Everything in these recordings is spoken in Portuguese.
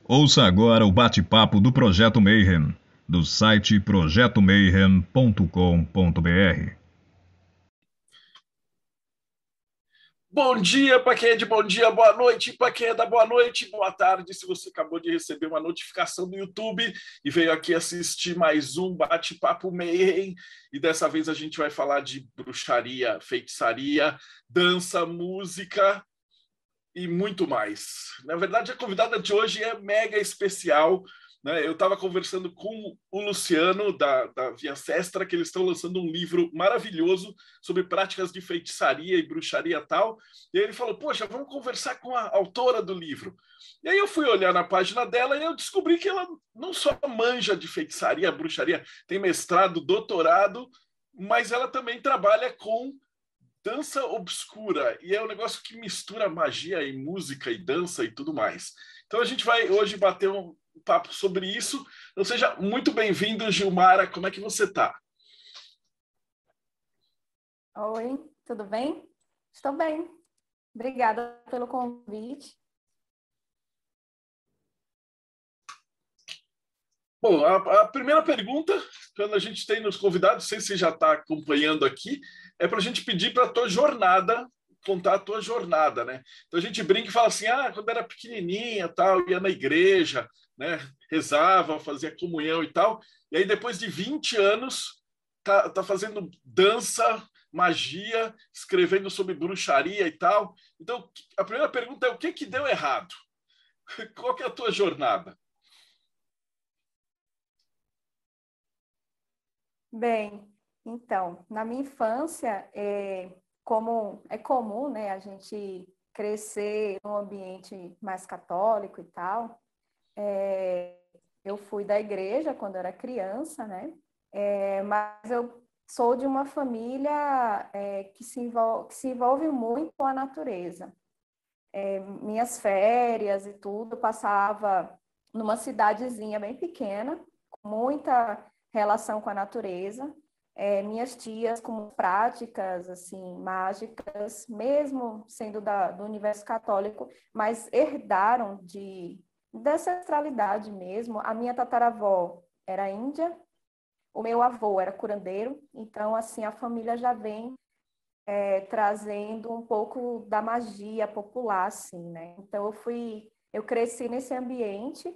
Ouça agora o bate-papo do Projeto Mayhem, do site projetomayhem.com.br. Bom dia para quem é de bom dia, boa noite para quem é da boa noite, boa tarde. Se você acabou de receber uma notificação do YouTube e veio aqui assistir mais um Bate-Papo Mayhem, e dessa vez a gente vai falar de bruxaria, feitiçaria, dança, música e muito mais. Na verdade, a convidada de hoje é mega especial, né? Eu estava conversando com o Luciano, da Via Sestra, que eles estão lançando um livro maravilhoso sobre práticas de feitiçaria e bruxaria e tal. E aí ele falou, poxa, vamos conversar com a autora do livro. E aí eu fui olhar na página dela e eu descobri que ela não só manja de feitiçaria, bruxaria, tem mestrado, doutorado, mas ela também trabalha com dança obscura, e é um negócio que mistura magia e música e dança e tudo mais. Então a gente vai hoje bater um papo sobre isso. Então seja muito bem-vindo, Gilmara. Como é que você está? Oi, tudo bem? Estou bem. Obrigada pelo convite. Bom, a primeira pergunta, quando a gente tem nos convidados, não sei se você já está acompanhando aqui, é para a gente pedir para a tua jornada, contar a tua jornada, né? Então a gente brinca e fala assim, quando era pequenininha, tal, ia na igreja, né? Rezava, fazia comunhão e tal, e aí depois de 20 anos tá fazendo dança, magia, escrevendo sobre bruxaria e tal. Então a primeira pergunta é o que deu errado? Qual que é a tua jornada? Bem, então, na minha infância, como é comum, né, a gente crescer num ambiente mais católico e tal, eu fui da igreja quando era criança, né, mas eu sou de uma família que se envolve muito com a natureza. Minhas férias e tudo, eu passava numa cidadezinha bem pequena, com muita relação com a natureza. Minhas tias com práticas assim mágicas, mesmo sendo do universo católico, mas herdaram dessa ancestralidade mesmo. A minha tataravó era índia, o meu avô era curandeiro, então assim a família já vem trazendo um pouco da magia popular, assim, né? Então eu cresci nesse ambiente,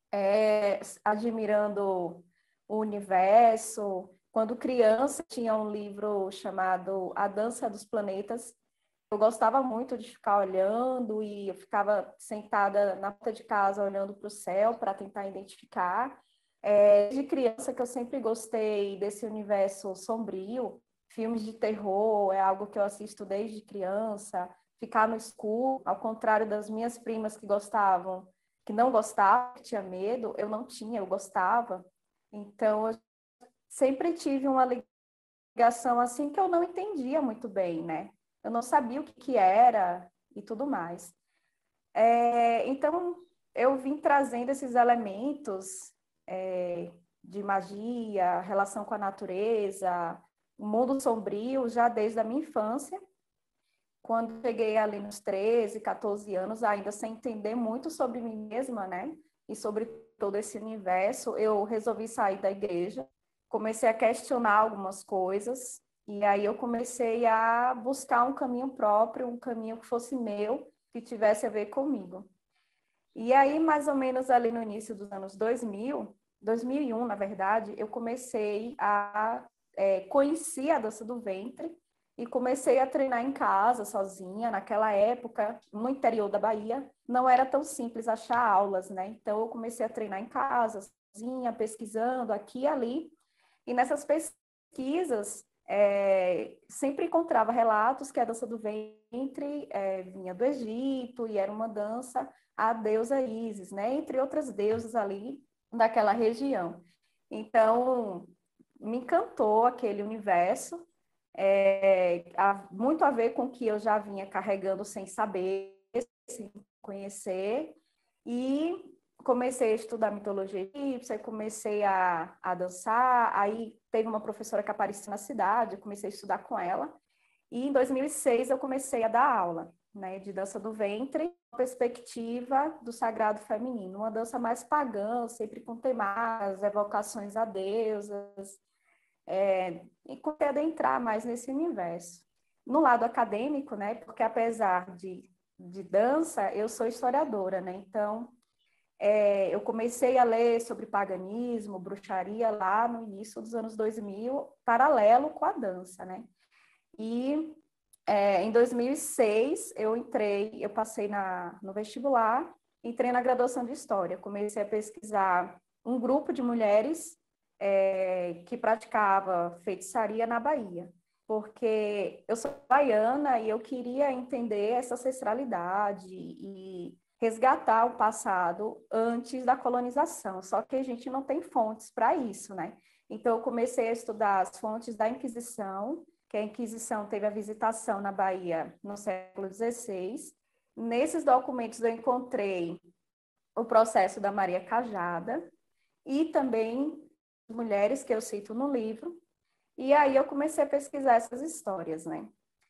admirando o universo. Quando criança tinha um livro chamado A Dança dos Planetas. Eu gostava muito de ficar olhando e eu ficava sentada na porta de casa olhando para o céu para tentar identificar. Desde criança que eu sempre gostei desse universo sombrio, filmes de terror é algo que eu assisto desde criança, ficar no escuro, ao contrário das minhas primas que não gostavam, que tinha medo, eu não tinha, eu gostava. Então, eu sempre tive uma ligação assim que eu não entendia muito bem, né? Eu não sabia o que era e tudo mais. Então, eu vim trazendo esses elementos de magia, relação com a natureza, o mundo sombrio, já desde a minha infância. Quando cheguei ali nos 13, 14 anos, ainda sem entender muito sobre mim mesma, né? E sobre todo esse universo, eu resolvi sair da igreja, comecei a questionar algumas coisas, e aí eu comecei a buscar um caminho próprio, um caminho que fosse meu, que tivesse a ver comigo. E aí, mais ou menos ali no início dos anos 2001, na verdade, eu comecei a conhecer a dança do ventre e comecei a treinar em casa, sozinha. Naquela época, no interior da Bahia, não era tão simples achar aulas, né? Então, eu comecei a treinar em casa, sozinha, pesquisando aqui e ali. E nessas pesquisas, sempre encontrava relatos que a dança do ventre vinha do Egito e era uma dança à deusa Ísis, né? Entre outras deusas ali daquela região. Então, me encantou aquele universo, muito a ver com o que eu já vinha carregando sem saber, sem conhecer, e comecei a estudar mitologia egípcia, comecei a dançar, aí teve uma professora que apareceu na cidade, eu comecei a estudar com ela, e em 2006 eu comecei a dar aula. né, de dança do ventre, perspectiva do sagrado feminino, uma dança mais pagã, sempre com temas, evocações a deusas, e comecei a adentrar mais nesse universo. No lado acadêmico, né, porque apesar de dança, eu sou historiadora, né, então eu comecei a ler sobre paganismo, bruxaria lá no início dos anos 2000, paralelo com a dança, né, e em 2006, eu passei no vestibular, entrei na graduação de História, comecei a pesquisar um grupo de mulheres que praticava feitiçaria na Bahia, porque eu sou baiana e eu queria entender essa ancestralidade e resgatar o passado antes da colonização, só que a gente não tem fontes para isso, né? Então, eu comecei a estudar as fontes da Inquisição, que a Inquisição teve a visitação na Bahia no século XVI. Nesses documentos eu encontrei o processo da Maria Cajada e também mulheres que eu cito no livro. E aí eu comecei a pesquisar essas histórias, né?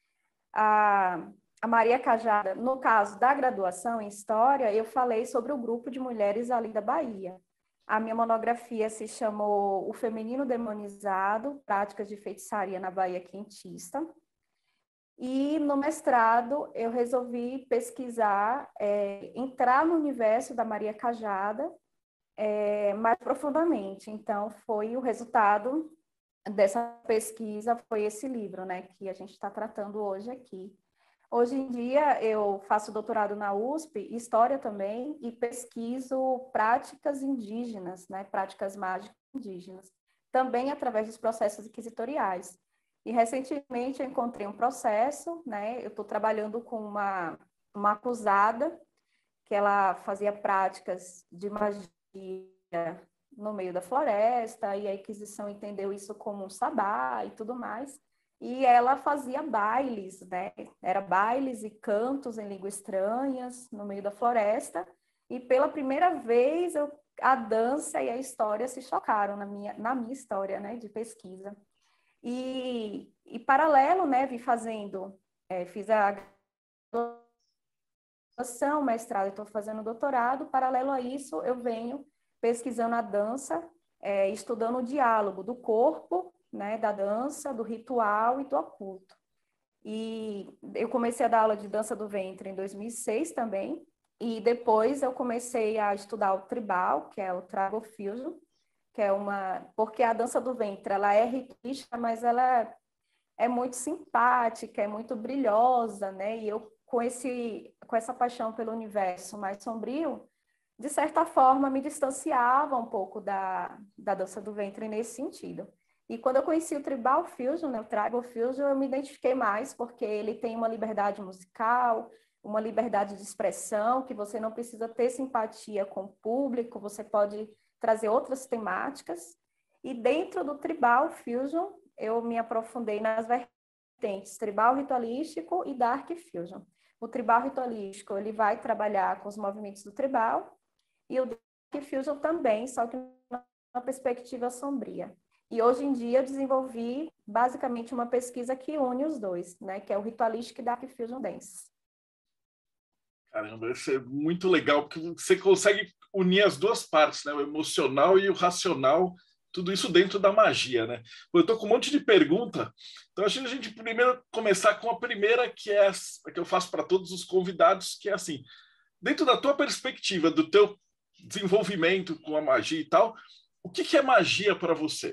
A Maria Cajada, no caso da graduação em História, eu falei sobre o grupo de mulheres ali da Bahia. A minha monografia se chamou O Feminino Demonizado, Práticas de Feitiçaria na Bahia Quentista. E no mestrado eu resolvi pesquisar, entrar no universo da Maria Cajada mais profundamente. Então, foi o resultado dessa pesquisa, foi esse livro, né, que a gente está tratando hoje aqui. Hoje em dia, eu faço doutorado na USP, História também, e pesquiso práticas indígenas, né, práticas mágicas indígenas, também através dos processos inquisitoriais. E, recentemente, eu encontrei um processo, né, eu estou trabalhando com uma acusada, que ela fazia práticas de magia no meio da floresta, e a Inquisição entendeu isso como um sabá e tudo mais. E ela fazia bailes, né? Era bailes e cantos em línguas estranhas no meio da floresta. E pela primeira vez a dança e a história se chocaram na minha história, né, de pesquisa. E paralelo, né, fiz a graduação, mestrado, estou fazendo doutorado. Paralelo a isso, eu venho pesquisando a dança, estudando o diálogo do corpo, né, da dança, do ritual e do oculto. E eu comecei a dar aula de dança do ventre em 2006 também, e depois eu comecei a estudar o tribal, que é o Tribal Fusion, que é porque a dança do ventre, ela é ritualística, mas ela é muito simpática, é muito brilhosa, né? E eu, com essa paixão pelo universo mais sombrio, de certa forma, me distanciava um pouco da dança do ventre nesse sentido. E quando eu conheci o Tribal Fusion, né, o Tribal Fusion, eu me identifiquei mais, porque ele tem uma liberdade musical, uma liberdade de expressão, que você não precisa ter simpatia com o público, você pode trazer outras temáticas. E dentro do Tribal Fusion, eu me aprofundei nas vertentes Tribal Ritualístico e Dark Fusion. O Tribal Ritualístico, ele vai trabalhar com os movimentos do tribal, e o Dark Fusion também, só que numa perspectiva sombria. E hoje em dia eu desenvolvi basicamente uma pesquisa que une os dois, né, que é o Ritualístico e Dark Fusion Dance. Caramba, isso é muito legal, porque você consegue unir as duas partes, né, o emocional e o racional, tudo isso dentro da magia, né? Eu estou com um monte de pergunta, então acho que a gente primeiro começar com a primeira, que é a que eu faço para todos os convidados, que é assim, dentro da tua perspectiva, do teu desenvolvimento com a magia e tal, o que é magia para você?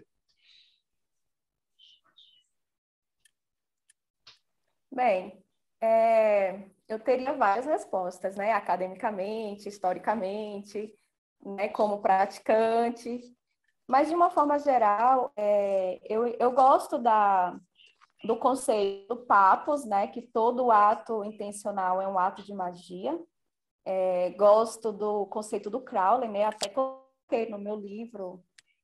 Bem, eu teria várias respostas, né? Academicamente, historicamente, né? Como praticante, mas de uma forma geral, eu gosto do conceito do papos, né? Que todo ato intencional é um ato de magia. Gosto do conceito do Crowley, né? Até coloquei no meu livro,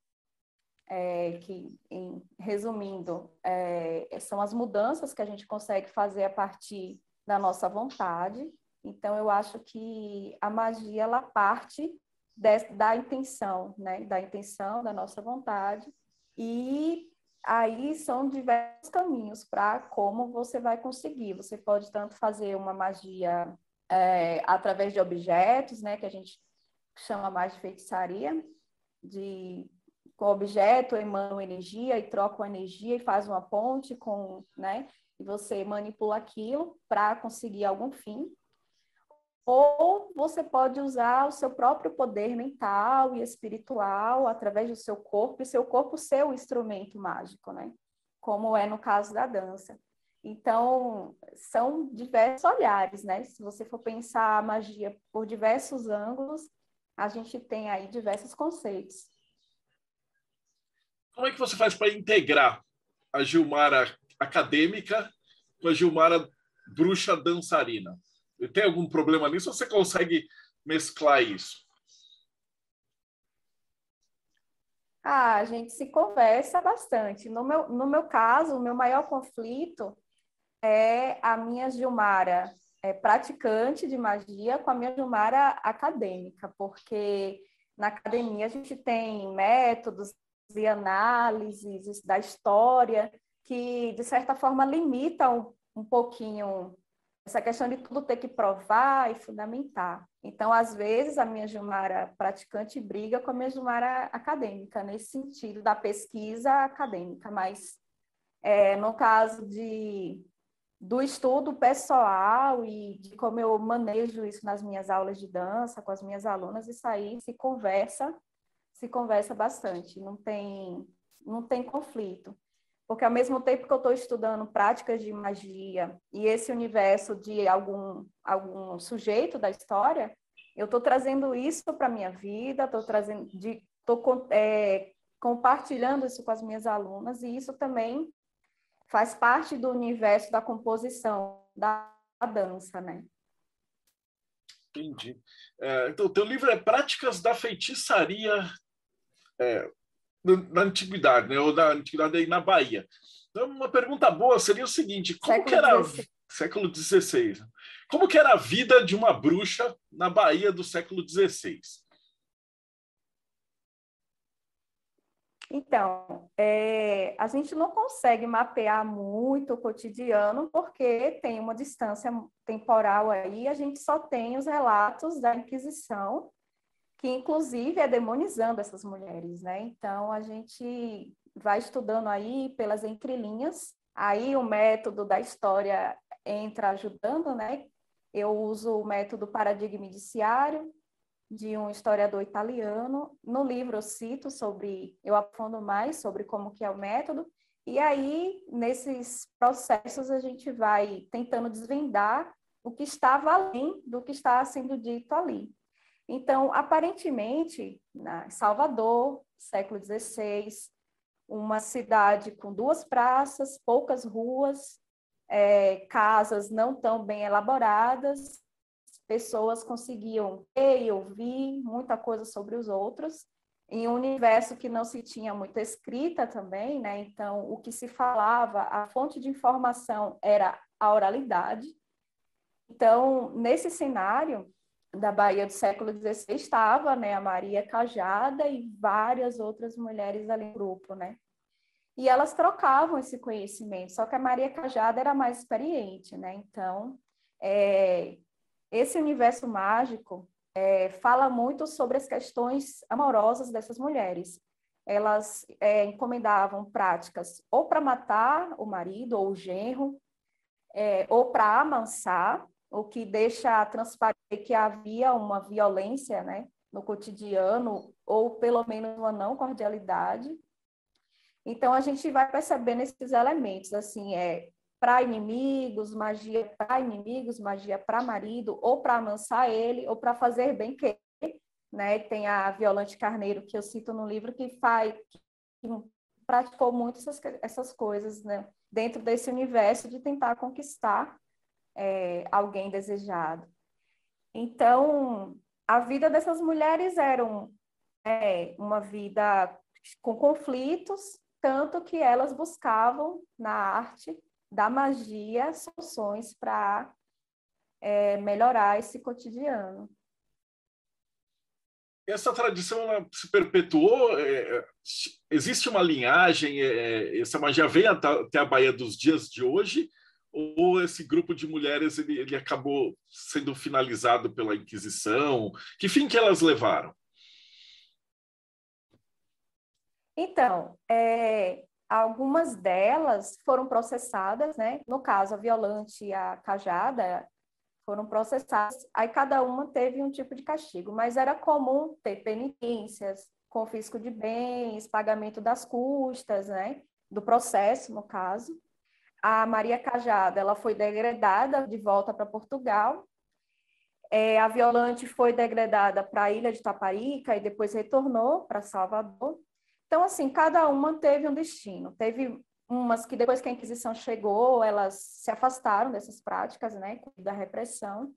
resumindo, são as mudanças que a gente consegue fazer a partir da nossa vontade. Então, eu acho que a magia, ela parte da intenção, né? Da intenção, da nossa vontade. E aí são diversos caminhos para como você vai conseguir. Você pode tanto fazer uma magia através de objetos, né, que a gente chama mais de feitiçaria, com o objeto emana uma energia e troca uma energia e faz uma ponte com, né, e você manipula aquilo para conseguir algum fim. Ou você pode usar o seu próprio poder mental e espiritual através do seu corpo, e seu corpo ser o instrumento mágico, né? Como é no caso da dança. Então, são diversos olhares, né? Se você for pensar a magia por diversos ângulos, a gente tem aí diversos conceitos. Como é que você faz para integrar a Gilmara acadêmica com a Gilmara bruxa dançarina? Tem algum problema nisso ou você consegue mesclar isso? A gente se conversa bastante. No meu caso, o meu maior conflito é a minha Gilmara praticante de magia com a minha Gilmara acadêmica, porque na academia a gente tem métodos e análises da história que, de certa forma, limitam um pouquinho essa questão de tudo ter que provar e fundamentar. Então, às vezes, a minha Gilmara praticante briga com a minha Gilmara acadêmica, nesse sentido da pesquisa acadêmica, mas no caso do estudo pessoal e de como eu manejo isso nas minhas aulas de dança, com as minhas alunas, isso aí se conversa bastante, não tem conflito. Porque ao mesmo tempo que eu estou estudando práticas de magia e esse universo de algum sujeito da história, eu estou trazendo isso para a minha vida, estou compartilhando isso com as minhas alunas, e isso também faz parte do universo da composição da dança, né? Entendi. Então, o teu livro é Práticas da Feitiçaria na Antiguidade, né? Ou na Antiguidade aí na Bahia. Então, uma pergunta boa seria o seguinte: como que era século XVI? Como que era a vida de uma bruxa na Bahia do século XVI? Então, a gente não consegue mapear muito o cotidiano porque tem uma distância temporal aí, a gente só tem os relatos da Inquisição, que inclusive é demonizando essas mulheres, né? Então, a gente vai estudando aí pelas entrelinhas, aí o método da história entra ajudando, né? Eu uso o método paradigma indiciário, de um historiador italiano. No livro eu aprofundo mais sobre como que é o método, e aí, nesses processos, a gente vai tentando desvendar o que estava além do que está sendo dito ali. Então, aparentemente, em Salvador, século XVI, uma cidade com 2 praças, poucas ruas, casas não tão bem elaboradas, pessoas conseguiam ver e ouvir muita coisa sobre os outros, em um universo que não se tinha muita escrita também, né? Então, o que se falava, a fonte de informação era a oralidade. Então, nesse cenário da Bahia do século XVI, estava, né, a Maria Cajada e várias outras mulheres ali no grupo, né? E elas trocavam esse conhecimento, só que a Maria Cajada era mais experiente, né? Então, esse universo mágico fala muito sobre as questões amorosas dessas mulheres. Elas encomendavam práticas ou para matar o marido ou o genro, ou para amansar, o que deixa transparecer que havia uma violência, né, no cotidiano, ou pelo menos uma não cordialidade. Então, a gente vai percebendo esses elementos, assim, para inimigos, magia para marido, ou para amansar ele, ou para fazer bem que, né? Tem a Violante Carneiro, que eu cito no livro, que praticou muito essas coisas, né? Dentro desse universo de tentar conquistar alguém desejado. Então, a vida dessas mulheres era uma vida com conflitos, tanto que elas buscavam na arte da magia soluções para melhorar esse cotidiano. essa tradição ela se perpetuou? Existe uma linhagem? Essa magia vem até a Bahia dos dias de hoje? Ou esse grupo de mulheres ele acabou sendo finalizado pela Inquisição? Que fim que elas levaram? Então, algumas delas foram processadas, né? No caso, a Violante e a Cajada foram processadas, aí cada uma teve um tipo de castigo, mas era comum ter penitências, confisco de bens, pagamento das custas, né? Do processo, no caso. A Maria Cajada, ela foi degradada de volta para Portugal. A Violante foi degradada para a Ilha de Taparica e depois retornou para Salvador. Então, assim, cada uma teve um destino. Teve umas que depois que a Inquisição chegou, elas se afastaram dessas práticas, né, da repressão.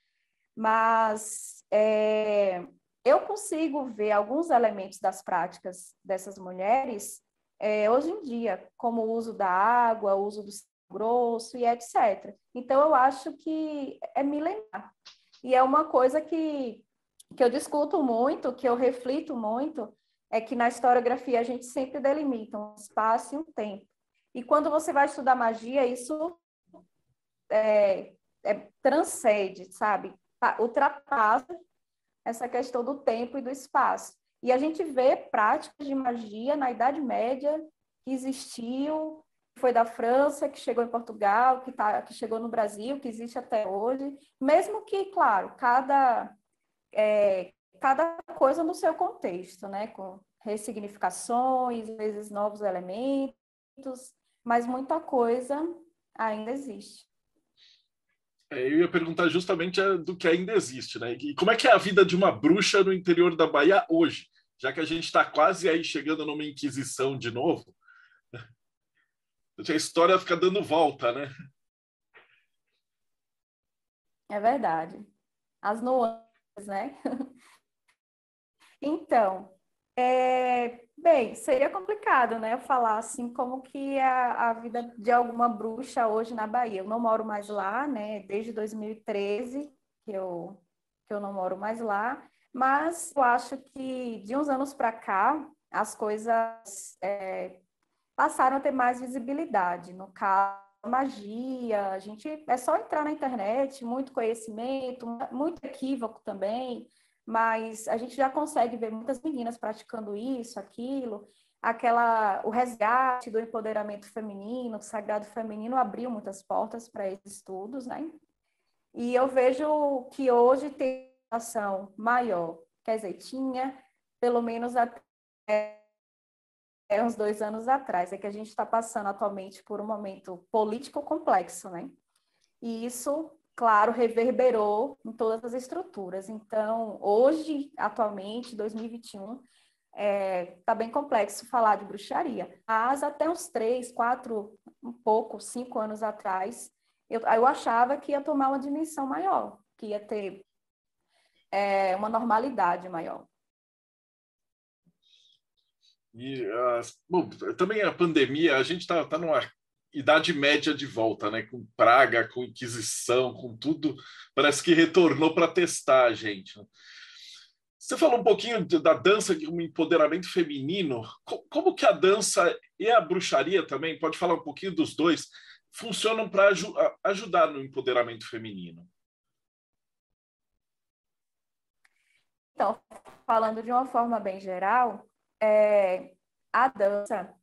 Mas eu consigo ver alguns elementos das práticas dessas mulheres hoje em dia, como o uso da água, o uso do sal grosso e etc. Então, eu acho que é milenar. E é uma coisa que eu discuto muito, que eu reflito muito, é que na historiografia a gente sempre delimita um espaço e um tempo. E quando você vai estudar magia, isso transcende, sabe? Ultrapassa essa questão do tempo e do espaço. E a gente vê práticas de magia na Idade Média que existiu, que foi da França, que chegou em Portugal, que chegou no Brasil, que existe até hoje, mesmo que, claro, cada coisa no seu contexto, né? Com ressignificações, às vezes novos elementos, mas muita coisa ainda existe. Eu ia perguntar justamente do que ainda existe, né? E como é que é a vida de uma bruxa no interior da Bahia hoje? Já que a gente está quase aí chegando numa Inquisição de novo, a história fica dando volta, né? É verdade. As nuances, né? Então, bem, seria complicado, né? Falar assim como que é a vida de alguma bruxa hoje na Bahia. Eu não moro mais lá, né? Desde 2013 que eu não moro mais lá, mas eu acho que de uns anos para cá as coisas passaram a ter mais visibilidade. No caso, magia, a gente é só entrar na internet, muito conhecimento, muito equívoco também, mas a gente já consegue ver muitas meninas praticando isso, aquilo, o resgate do empoderamento feminino, do sagrado feminino abriu muitas portas para esses estudos, né? E eu vejo que hoje tem uma ação maior, quer dizer, tinha pelo menos até uns 2 anos atrás, é que a gente está passando atualmente por um momento político complexo, né? E isso, claro, reverberou em todas as estruturas. Então, hoje, atualmente, 2021, está bem complexo falar de bruxaria. Mas até uns 3, 4, um pouco, 5 anos atrás, eu achava que ia tomar uma dimensão maior, que ia ter uma normalidade maior. E bom, também a pandemia, a gente está numa Idade Média de volta, né? Com praga, com Inquisição, com tudo. Parece que retornou para testar a gente. Você falou um pouquinho da dança como empoderamento feminino. Como que a dança e a bruxaria também, pode falar um pouquinho dos dois, funcionam para ajudar no empoderamento feminino? Então, falando de uma forma bem geral, a dança,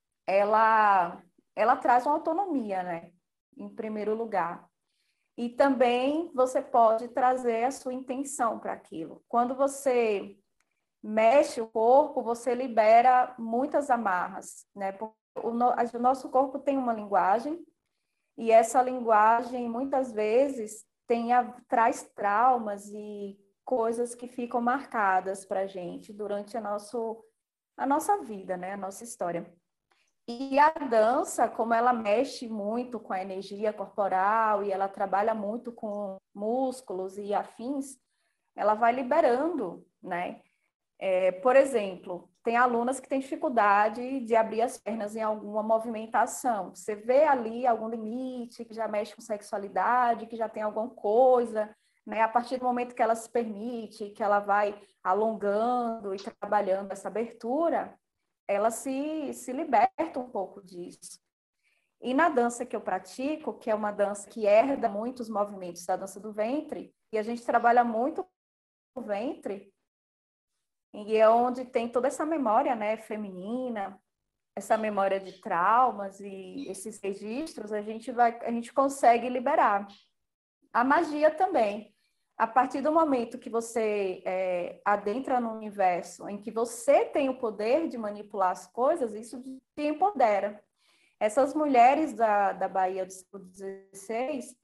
ela traz uma autonomia, né? Em primeiro lugar. E também você pode trazer a sua intenção para aquilo. Quando você mexe o corpo, você libera muitas amarras, né? O nosso corpo tem uma linguagem, e essa linguagem, muitas vezes, traz traumas e coisas que ficam marcadas para a gente durante a nossa vida, né? A nossa história. E a dança, como ela mexe muito com a energia corporal e ela trabalha muito com músculos e afins, ela vai liberando, né? Por exemplo, tem alunas que têm dificuldade de abrir as pernas em alguma movimentação. Você vê ali algum limite que já mexe com sexualidade, que já tem alguma coisa, né? A partir do momento que ela se permite, que ela vai alongando e trabalhando essa abertura, ela se liberta um pouco disso. E na dança que eu pratico, que é uma dança que herda muitos movimentos da dança do ventre, e a gente trabalha muito o ventre, e é onde tem toda essa memória, né, feminina, essa memória de traumas e esses registros, a gente consegue liberar. A magia também. A partir do momento que você adentra no universo em que você tem o poder de manipular as coisas, isso te empodera. Essas mulheres da Bahia do século XVI,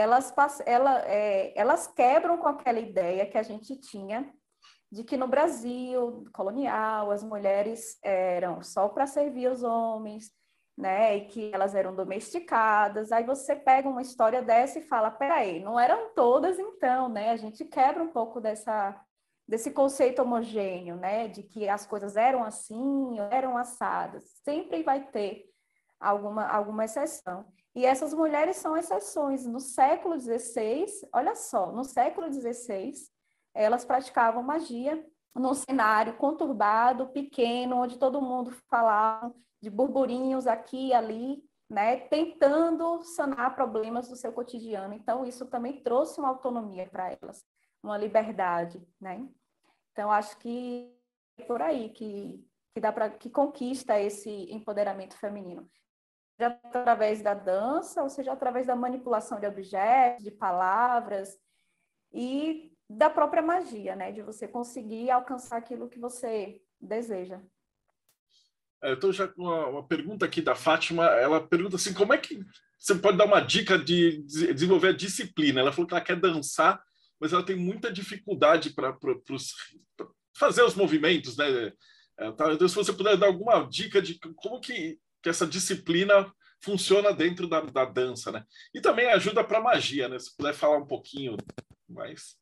elas quebram com aquela ideia que a gente tinha de que no Brasil colonial as mulheres eram só para servir os homens, né, e que elas eram domesticadas. Aí você pega uma história dessa e fala, peraí, não eram todas então, né? A gente quebra um pouco desse conceito homogêneo, né, de que as coisas eram assim, eram assadas. Sempre vai ter alguma exceção. E essas mulheres são exceções. No século XVI, olha só, no século XVI, elas praticavam magia num cenário conturbado, pequeno, onde todo mundo falava de burburinhos aqui e ali, né, tentando sanar problemas do seu cotidiano. Então, isso também trouxe uma autonomia para elas, uma liberdade, né? Então, acho que é por aí que conquista esse empoderamento feminino. Seja através da dança, ou seja através da manipulação de objetos, de palavras e da própria magia, né? De você conseguir alcançar aquilo que você deseja. Eu estou já com uma pergunta aqui da Fátima. Ela pergunta assim, como é que você pode dar uma dica de desenvolver a disciplina? Ela falou que ela quer dançar, mas ela tem muita dificuldade para fazer os movimentos, né? Então, se você puder dar alguma dica de como que essa disciplina funciona dentro da dança, né? E também ajuda para magia, né? Se puder falar um pouquinho mais.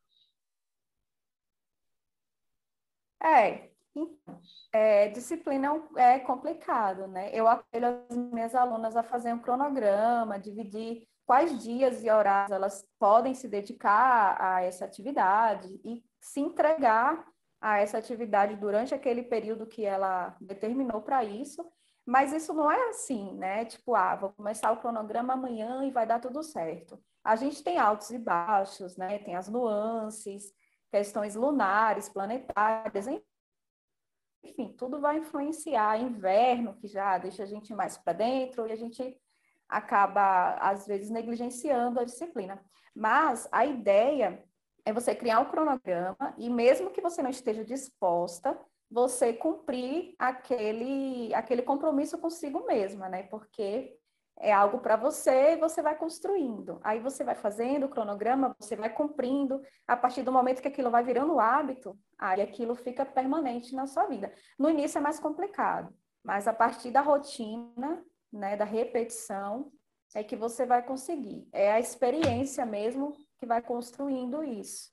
Disciplina é complicado, né? Eu aconselho as minhas alunas a fazer um cronograma, dividir quais dias e horários elas podem se dedicar a essa atividade e se entregar a essa atividade durante aquele período que ela determinou para isso. Mas isso não é assim, né? Tipo, vou começar o cronograma amanhã e vai dar tudo certo. A gente tem altos e baixos, né? Tem as nuances, questões lunares, planetárias, enfim, tudo vai influenciar. Inverno, que já deixa a gente mais para dentro, e a gente acaba, às vezes, negligenciando a disciplina. Mas a ideia é você criar um cronograma e, mesmo que você não esteja disposta, você cumprir aquele compromisso consigo mesma, né? Porque é algo para você e você vai construindo. Aí você vai fazendo o cronograma, você vai cumprindo. A partir do momento que aquilo vai virando hábito, aí aquilo fica permanente na sua vida. No início é mais complicado, mas a partir da rotina, né, da repetição, é que você vai conseguir. É a experiência mesmo que vai construindo isso.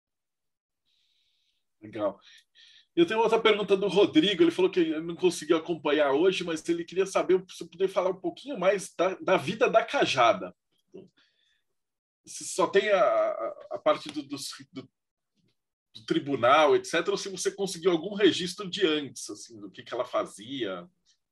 Legal. Eu tenho outra pergunta do Rodrigo. Ele falou que não conseguiu acompanhar hoje, mas ele queria saber se poder falar um pouquinho mais da vida da cajada. Se só tem a parte do tribunal, etc., ou se você conseguiu algum registro de antes, assim, do que ela fazia.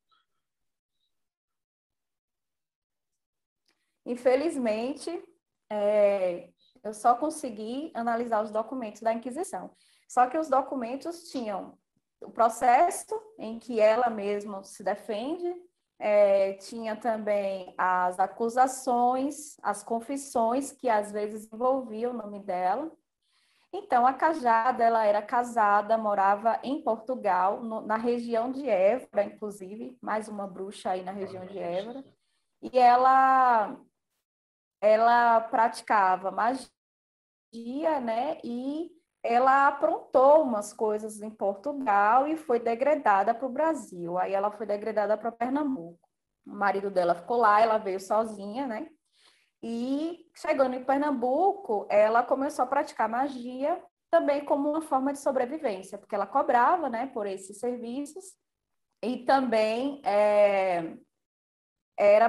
Infelizmente, eu só consegui analisar os documentos da Inquisição. Só que os documentos tinham o processo em que ela mesma se defende, tinha também as acusações, as confissões, que às vezes envolviam o nome dela. Então, a Cajada, ela era casada, morava em Portugal, na região de Évora, inclusive, mais uma bruxa aí na região de Évora, e ela praticava magia, né, e ela aprontou umas coisas em Portugal e foi degradada para o Brasil. Aí ela foi degradada para Pernambuco. O marido dela ficou lá, ela veio sozinha, né? E chegando em Pernambuco, ela começou a praticar magia também como uma forma de sobrevivência, porque ela cobrava, né, por esses serviços e também era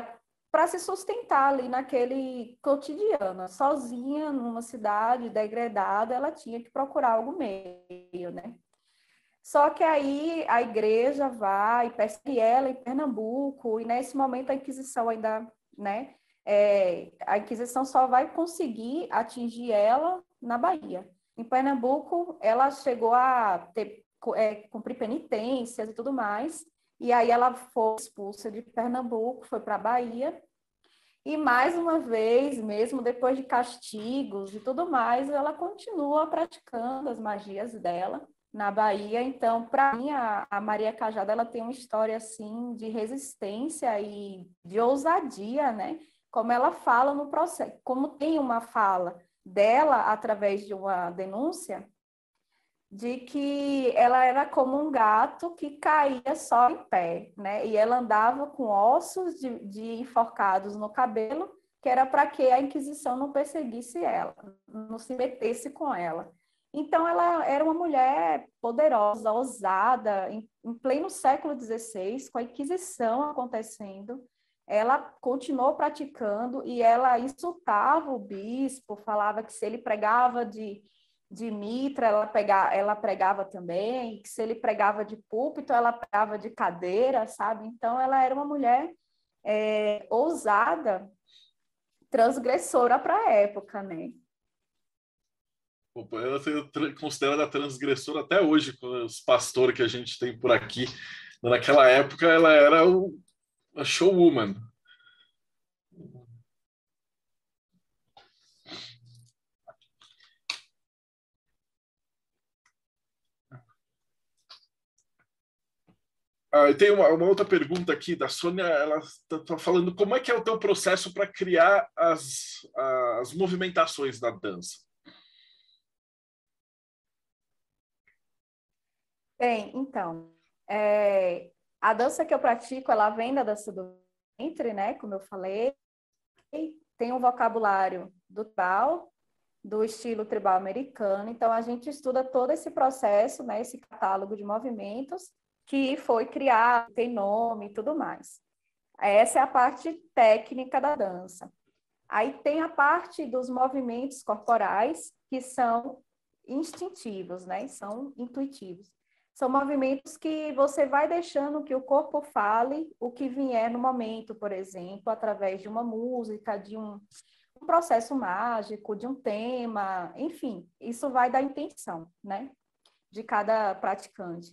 para se sustentar ali naquele cotidiano. Sozinha, numa cidade degradada, ela tinha que procurar algum meio, né? Só que aí a igreja vai e persegue ela em Pernambuco, e nesse momento a Inquisição ainda, né? A Inquisição só vai conseguir atingir ela na Bahia. Em Pernambuco, ela chegou a cumprir penitências e tudo mais, e aí ela foi expulsa de Pernambuco, foi para a Bahia, e mais uma vez, mesmo depois de castigos e tudo mais, ela continua praticando as magias dela na Bahia. Então, para mim, a Maria Cajada, ela tem uma história assim de resistência e de ousadia, né? Como ela fala no processo, como tem uma fala dela através de uma denúncia de que ela era como um gato que caía só em pé, né? E ela andava com ossos de enforcados no cabelo, que era para que a Inquisição não perseguisse ela, não se metesse com ela. Então, ela era uma mulher poderosa, ousada, em pleno século XVI, com a Inquisição acontecendo. Ela continuou praticando e ela insultava o bispo, falava que se ele pregava de mitra, ela pregava também, que se ele pregava de púlpito, ela pregava de cadeira, sabe? Então, ela era uma mulher ousada, transgressora para a época, né? Ela é considerada transgressora até hoje, com os pastores que a gente tem por aqui. Naquela época, ela era a showwoman. Tem uma outra pergunta aqui da Sônia. Ela está falando como é que é o teu processo para criar as movimentações da dança. Bem, então, a dança que eu pratico, ela vem da dança do ventre, né? Como eu falei, tem um vocabulário do tribal, do estilo tribal americano. Então, a gente estuda todo esse processo, né? Esse catálogo de movimentos que foi criado, tem nome e tudo mais. Essa é a parte técnica da dança. Aí tem a parte dos movimentos corporais, que são instintivos, né? São intuitivos. São movimentos que você vai deixando que o corpo fale o que vier no momento, por exemplo, através de uma música, de um processo mágico, de um tema, enfim, isso vai da intenção, né? De cada praticante.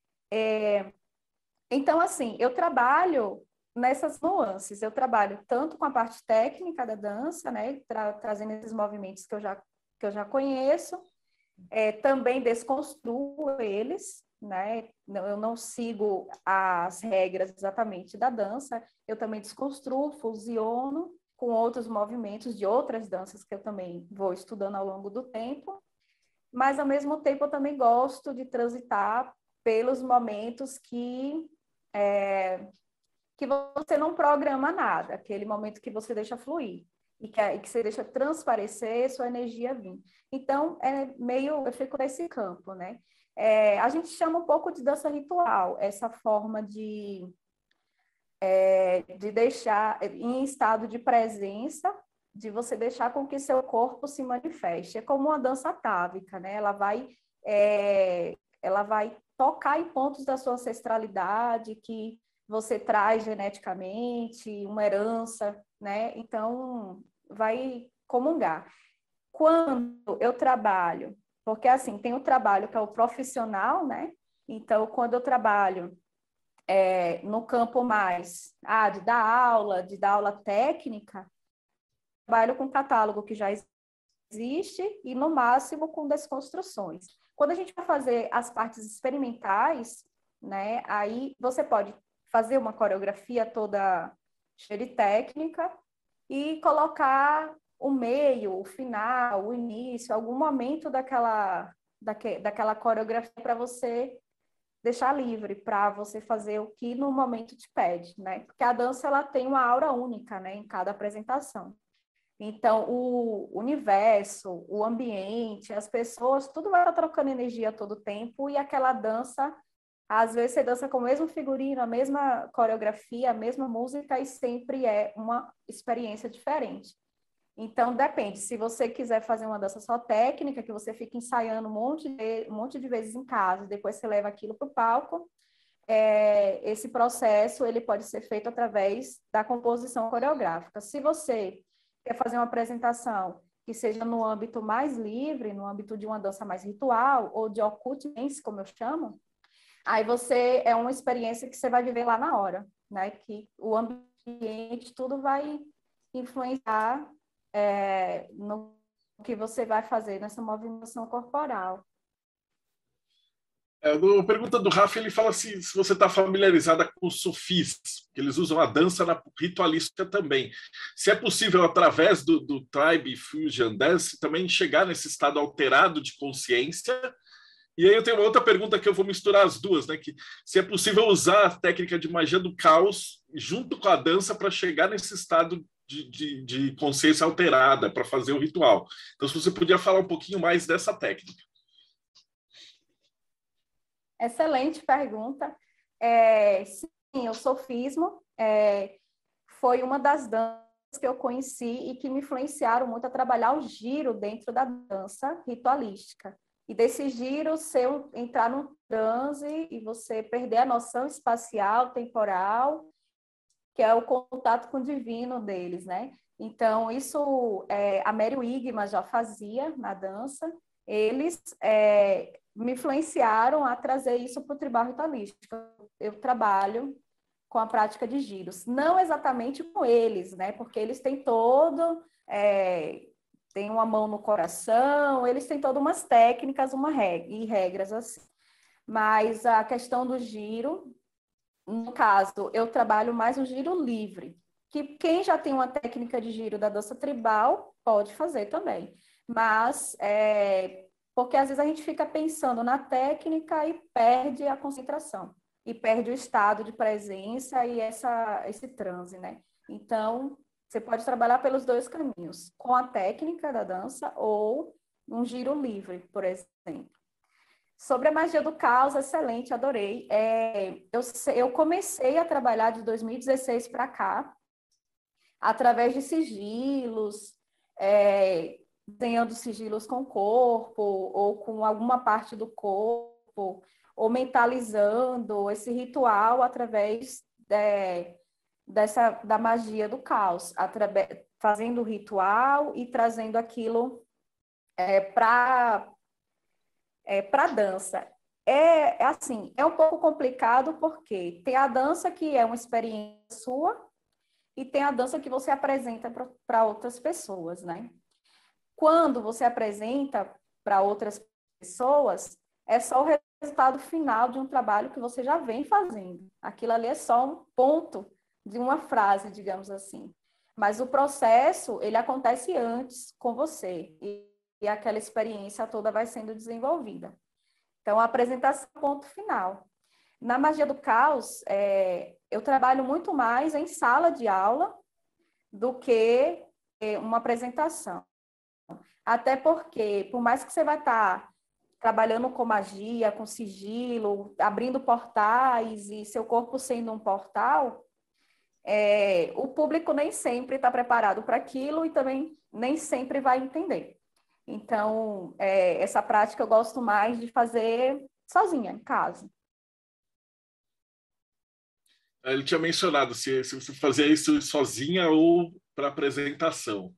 Então, assim, eu trabalho nessas nuances, eu trabalho tanto com a parte técnica da dança, né? Trazendo esses movimentos que eu já conheço, também desconstruo eles, né? Eu não sigo as regras exatamente da dança, eu também desconstruo, fusiono com outros movimentos de outras danças que eu também vou estudando ao longo do tempo, mas ao mesmo tempo eu também gosto de transitar pelos momentos que você não programa nada, aquele momento que você deixa fluir e que você deixa transparecer sua energia vir. Então, eu fico nesse campo, né? A gente chama um pouco de dança ritual, essa forma de deixar em estado de presença, de você deixar com que seu corpo se manifeste. É como uma dança atávica, né? Ela vai tocar em pontos da sua ancestralidade que você traz geneticamente, uma herança, né? Então, vai comungar. Quando eu trabalho, porque assim, tem o trabalho que é o profissional, né? Então, quando eu trabalho no campo mais de dar aula técnica, trabalho com catálogo que já existe e, no máximo, com desconstruções. Quando a gente vai fazer as partes experimentais, né, aí você pode fazer uma coreografia toda cheia de técnica e colocar o meio, o final, o início, algum momento daquela coreografia para você deixar livre, para você fazer o que no momento te pede, né? Porque a dança ela tem uma aura única, né, em cada apresentação. Então, o universo, o ambiente, as pessoas, tudo vai estar trocando energia a todo tempo e aquela dança, Às vezes você dança com o mesmo figurino, a mesma coreografia, a mesma música e sempre é uma experiência diferente. Então, depende. Se você quiser fazer uma dança só técnica, que você fica ensaiando um monte de vezes em casa, depois você leva aquilo para o palco, esse processo ele pode ser feito através da composição coreográfica. Se você quer fazer uma apresentação que seja no âmbito mais livre, no âmbito de uma dança mais ritual, ou de occult dance, como eu chamo, aí é uma experiência que você vai viver lá na hora, né? Que o ambiente, tudo vai influenciar no que você vai fazer nessa movimentação corporal. A pergunta do Rafa, ele fala assim, se você está familiarizada com os sufis, que eles usam a dança na ritualística também. Se é possível, através do Tribe Fusion Dance, também chegar nesse estado alterado de consciência. E aí eu tenho uma outra pergunta que eu vou misturar as duas, né? Que se é possível usar a técnica de magia do caos junto com a dança para chegar nesse estado de consciência alterada, para fazer o ritual. Então, se você podia falar um pouquinho mais dessa técnica. Excelente pergunta. Sim, o sofismo foi uma das danças que eu conheci e que me influenciaram muito a trabalhar o giro dentro da dança ritualística. E desse giro, entrar num transe e você perder a noção espacial, temporal, que é o contato com o divino deles, né? Então, isso a Mary Wigman já fazia na dança. Eles me influenciaram a trazer isso para o tribal ritualístico. Eu trabalho com a prática de giros, não exatamente com eles, né? Porque eles têm tem uma mão no coração, eles têm todas umas técnicas, e regras assim. Mas a questão do giro, no caso, eu trabalho mais o giro livre, que quem já tem uma técnica de giro da dança tribal pode fazer também. Mas porque às vezes a gente fica pensando na técnica e perde a concentração, e perde o estado de presença e esse transe, né? Então, você pode trabalhar pelos dois caminhos, com a técnica da dança ou um giro livre, por exemplo. Sobre a magia do caos, excelente, adorei. Eu comecei a trabalhar de 2016 para cá, através de sigilos, desenhando sigilos com o corpo, ou com alguma parte do corpo, ou mentalizando esse ritual através da magia do caos, fazendo o ritual e trazendo aquilo para a dança. Assim, é um pouco complicado porque tem a dança que é uma experiência sua e tem a dança que você apresenta para outras pessoas, né? Quando você apresenta para outras pessoas, é só o resultado final de um trabalho que você já vem fazendo. Aquilo ali é só um ponto de uma frase, digamos assim. Mas o processo, ele acontece antes com você e aquela experiência toda vai sendo desenvolvida. Então, a apresentação é o ponto final. Na magia do caos, eu trabalho muito mais em sala de aula do que uma apresentação. Até porque, por mais que você vai estar trabalhando com magia, com sigilo, abrindo portais e seu corpo sendo um portal, o público nem sempre está preparado para aquilo e também nem sempre vai entender. Então, essa prática eu gosto mais de fazer sozinha, em casa. Ele tinha mencionado se você fazia isso sozinha ou para apresentação.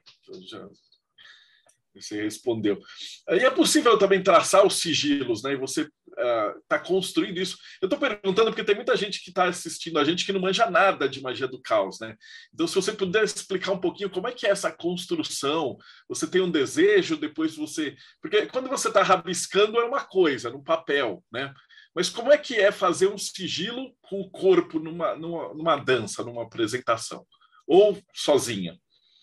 Você respondeu. E é possível também traçar os sigilos, né? E você está construindo isso. Eu estou perguntando porque tem muita gente que está assistindo a gente que não manja nada de magia do caos, né? Então, se você puder explicar um pouquinho como é que é essa construção, você tem um desejo, depois você... Porque quando você está rabiscando é uma coisa, num papel, né? Mas como é que é fazer um sigilo com o corpo numa dança, numa apresentação? Ou sozinha?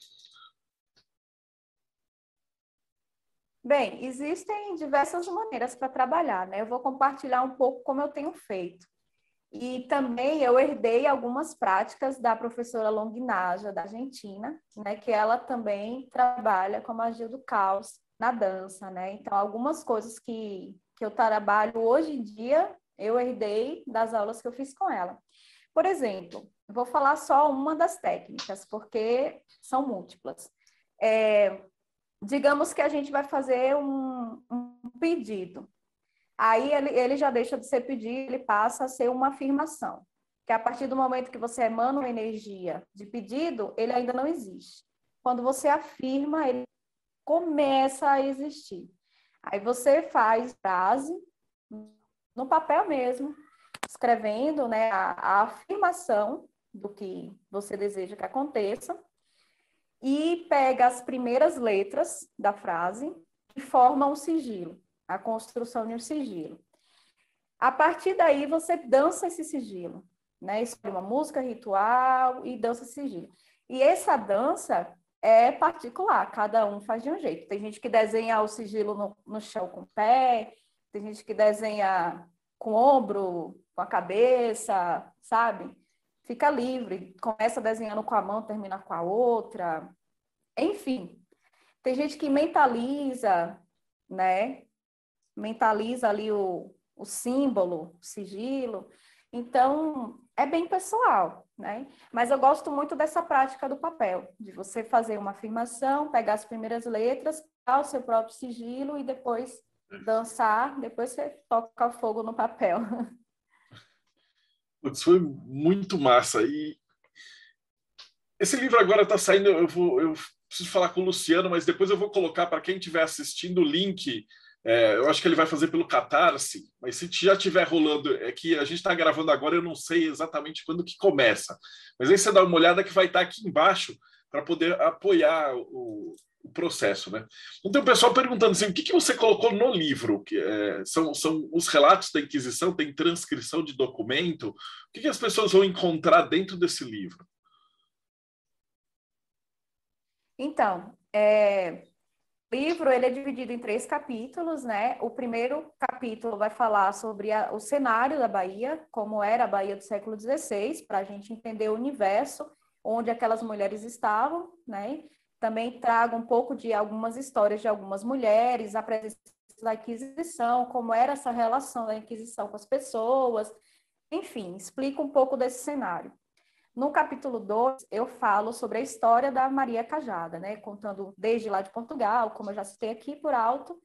Bem, existem diversas maneiras para trabalhar, né? Eu vou compartilhar um pouco como eu tenho feito. E também eu herdei algumas práticas da professora Longnaja, da Argentina, né? Que ela também trabalha com a magia do caos na dança, né? Então, algumas coisas que eu trabalho hoje em dia, Eu herdei das aulas que eu fiz com ela. Por exemplo, vou falar só uma das técnicas, porque são múltiplas. Digamos que a gente vai fazer um pedido. Aí ele já deixa de ser pedido, ele passa a ser uma afirmação. Que a partir do momento que você emana uma energia de pedido, ele ainda não existe. Quando você afirma, ele começa a existir. Aí você faz frase no papel mesmo, escrevendo, né, a afirmação do que você deseja que aconteça e pega as primeiras letras da frase e forma um sigilo, a construção de um sigilo. A partir daí, você dança esse sigilo, né? Escolhe uma música ritual e dança esse sigilo. E essa dança é particular, cada um faz de um jeito. Tem gente que desenha o sigilo no chão com o pé, tem gente que desenha com o ombro, com a cabeça, sabe? Fica livre, começa desenhando com a mão, termina com a outra. Enfim, tem gente que mentaliza, né? Mentaliza ali o símbolo, o sigilo. Então, é bem pessoal, né? Mas eu gosto muito dessa prática do papel, de você fazer uma afirmação, pegar as primeiras letras, dar o seu próprio sigilo e depois dançar, depois você toca fogo no papel. Putz, foi muito massa. E esse livro agora está saindo, eu preciso falar com o Luciano, mas depois eu vou colocar para quem estiver assistindo o link. Eu acho que ele vai fazer pelo Catarse, mas se já estiver rolando, é que a gente está gravando agora, eu não sei exatamente quando que começa. Mas aí você dá uma olhada que vai estar aqui embaixo para poder apoiar o processo, né? Então tem o pessoal perguntando assim, o que você colocou no livro? São os relatos da Inquisição, tem transcrição de documento? O que as pessoas vão encontrar dentro desse livro? Então, o livro ele é dividido em 3 capítulos, né? O primeiro capítulo vai falar sobre o cenário da Bahia, como era a Bahia do século XVI, para a gente entender o universo onde aquelas mulheres estavam, né? Também trago um pouco de algumas histórias de algumas mulheres, a presença da Inquisição, como era essa relação da Inquisição com as pessoas, enfim, explica um pouco desse cenário. No capítulo 2, eu falo sobre a história da Maria Cajada, né? Contando desde lá de Portugal, como eu já citei aqui por alto,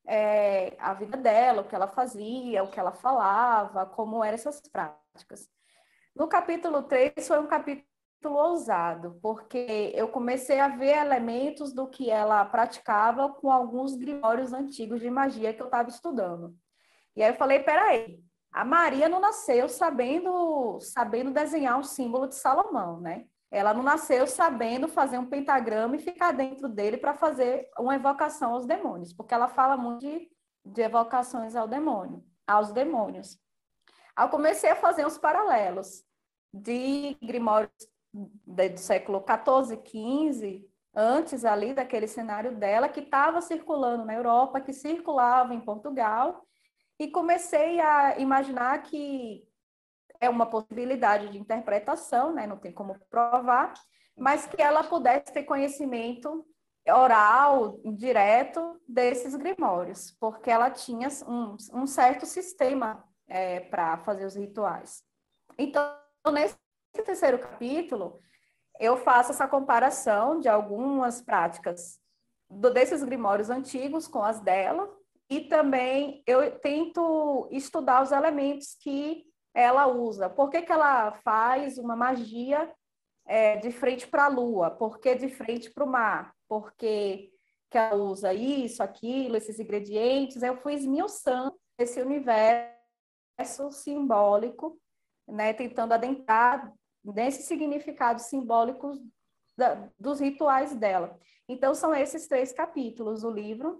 a vida dela, o que ela fazia, o que ela falava, como eram essas práticas. No capítulo 3 foi um capítulo ousado, porque eu comecei a ver elementos do que ela praticava com alguns grimórios antigos de magia que eu estava estudando. E aí eu falei, peraí, a Maria não nasceu sabendo desenhar um símbolo de Salomão, né? Ela não nasceu sabendo fazer um pentagrama e ficar dentro dele para fazer uma evocação aos demônios, porque ela fala muito de evocações aos demônios. Aí eu comecei a fazer uns paralelos de grimórios do século XIV, XV, antes ali daquele cenário dela, que estava circulando na Europa, que circulava em Portugal, e comecei a imaginar que é uma possibilidade de interpretação, né? Não tem como provar, mas que ela pudesse ter conhecimento oral, direto, desses grimórios, porque ela tinha um certo sistema para fazer os rituais. Então, nesse terceiro capítulo, eu faço essa comparação de algumas práticas desses grimórios antigos com as dela, e também eu tento estudar os elementos que ela usa. Por que ela faz uma magia de frente para a lua? Por que de frente para o mar? Por que ela usa isso, aquilo, esses ingredientes? Eu fui esmiuçando esse universo simbólico, né, tentando adentrar nesses significados simbólicos dos rituais dela. Então, são esses 3 capítulos do livro.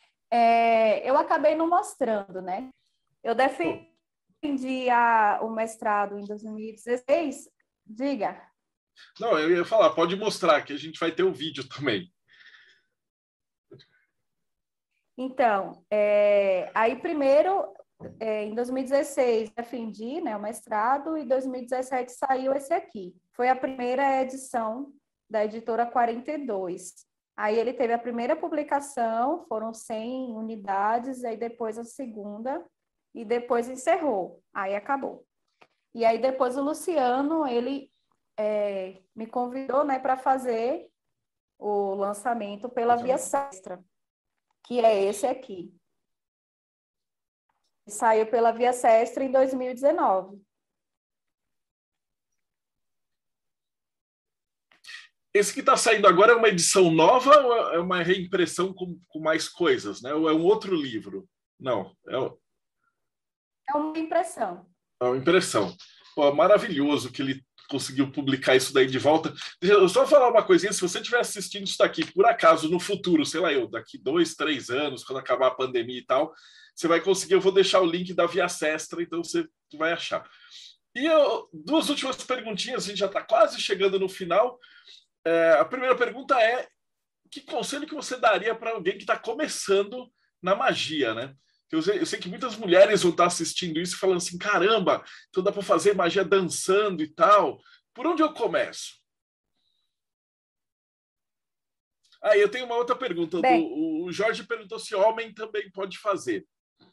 Eu acabei não mostrando, né? Eu defendi o mestrado em 2016. Diga. Não, eu ia falar, pode mostrar, que a gente vai ter o vídeo também. Então, aí primeiro, em 2016, defendi, né, o mestrado, e em 2017 saiu esse aqui. Foi a primeira edição da editora 42. Aí ele teve a primeira publicação, foram 100 unidades, aí depois a segunda, e depois encerrou, aí acabou. E aí depois o Luciano, ele me convidou, né, para fazer o lançamento pela Via Sestra, que é esse aqui. Saiu pela Via Sestra em 2019. Esse que está saindo agora é uma edição nova ou é uma reimpressão com mais coisas, né? Ou é um outro livro? Não, É uma impressão. é uma impressão. Pô, maravilhoso que ele conseguiu publicar isso daí de volta. Deixa eu só falar uma coisinha, se você estiver assistindo isso daqui, por acaso, no futuro, sei lá eu, daqui 2, 3 anos, quando acabar a pandemia e tal, você vai conseguir, eu vou deixar o link da Via Sestra, então você vai achar. E duas últimas perguntinhas, a gente já está quase chegando no final. A primeira pergunta é: que conselho que você daria para alguém que está começando na magia, né? Eu sei que muitas mulheres vão estar assistindo isso e falando assim: caramba, então dá para fazer magia dançando e tal. Por onde eu começo? Aí eu tenho uma outra pergunta. O Jorge perguntou se homem também pode fazer.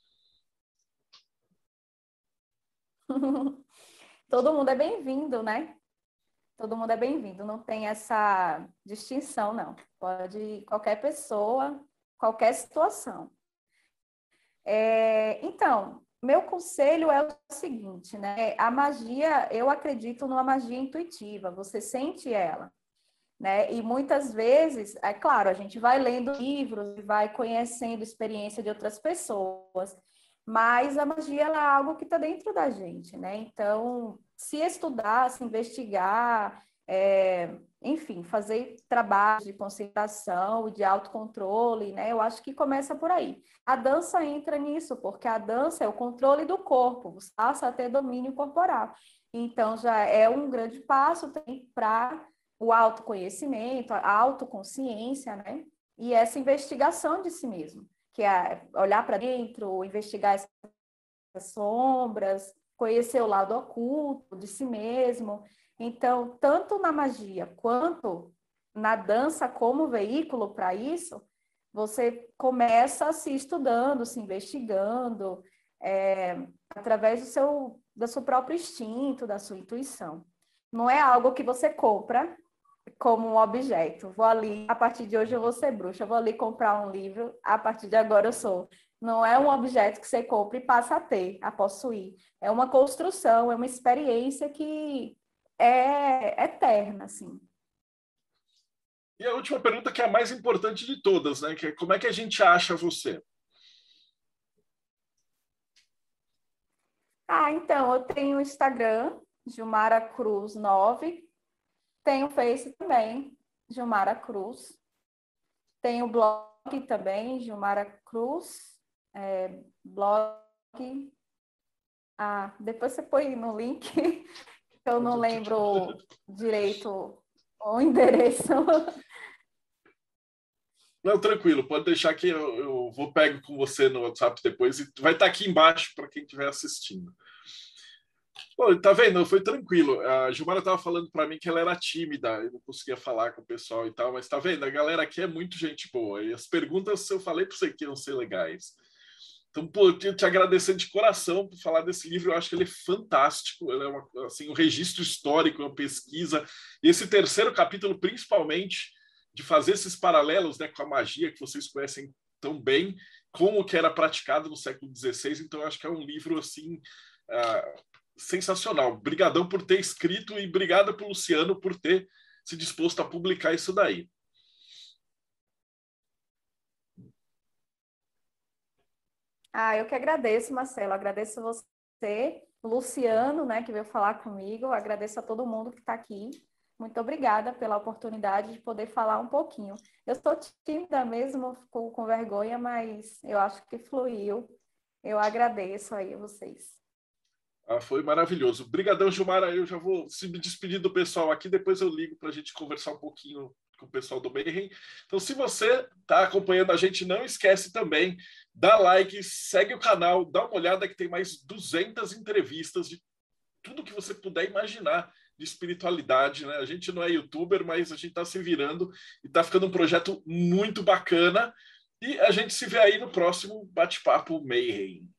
Todo mundo é bem-vindo, né? Todo mundo é bem-vindo, não tem essa distinção, não. Pode qualquer pessoa, qualquer situação. Então, meu conselho é o seguinte, né? A magia, eu acredito numa magia intuitiva, você sente ela, né? E muitas vezes, é claro, a gente vai lendo livros e vai conhecendo a experiência de outras pessoas, mas a magia ela é algo que está dentro da gente, né? Então, se estudar, se investigar, enfim, fazer trabalhos de concentração e de autocontrole, né? Eu acho que começa por aí. A dança entra nisso, porque a dança é o controle do corpo, você passa a ter domínio corporal. Então, já é um grande passo para o autoconhecimento, a autoconsciência, né? E essa investigação de si mesmo, que é olhar para dentro, investigar essas sombras, conhecer o lado oculto de si mesmo. Então, tanto na magia quanto na dança como veículo para isso, você começa se estudando, se investigando, através do seu próprio instinto, da sua intuição. Não é algo que você compra como um objeto. Vou ali, a partir de hoje eu vou ser bruxa, eu vou ali comprar um livro, a partir de agora eu sou. Não é um objeto que você compra e passa a ter, a possuir. É uma construção, é uma experiência que é eterna, assim. E a última pergunta, que é a mais importante de todas, né? Que é: como é que a gente acha você? Então, eu tenho o Instagram, Gilmara Cruz 9. Tenho o Face também, Gilmara Cruz. Tenho o blog também, Gilmara Cruz. Blog. Depois você põe no link, eu não lembro direito o endereço. Não, tranquilo, pode deixar que eu vou pego com você no WhatsApp depois e vai estar aqui embaixo para quem estiver assistindo. Pô, tá vendo? Foi tranquilo. A Gilmara estava falando para mim que ela era tímida, eu não conseguia falar com o pessoal e tal, mas tá vendo? A galera aqui é muito gente boa e as perguntas eu falei para você que iam ser legais. Então, pô, eu queria te agradecer de coração por falar desse livro. Eu acho que ele é fantástico. Ele é um registro histórico, uma pesquisa. E esse terceiro capítulo, principalmente, de fazer esses paralelos, né, com a magia que vocês conhecem tão bem, como que era praticado no século XVI. Então, eu acho que é um livro assim sensacional. Obrigadão por ter escrito e obrigado pro Luciano por ter se disposto a publicar isso daí. Eu que agradeço, Marcelo. Agradeço você, o Luciano, né, que veio falar comigo. Agradeço a todo mundo que está aqui. Muito obrigada pela oportunidade de poder falar um pouquinho. Eu sou tímida mesmo, fico com vergonha, mas eu acho que fluiu. Eu agradeço aí a vocês. Foi maravilhoso. Obrigadão, Gilmara. Eu já vou me despedir do pessoal aqui, depois eu ligo para a gente conversar um pouquinho com o pessoal do Mayhem. Então, se você está acompanhando a gente, não esquece também, dá like, segue o canal, dá uma olhada que tem mais 200 entrevistas de tudo que você puder imaginar de espiritualidade, né? A gente não é youtuber, mas a gente está se virando e está ficando um projeto muito bacana. E a gente se vê aí no próximo Bate-Papo Mayhem.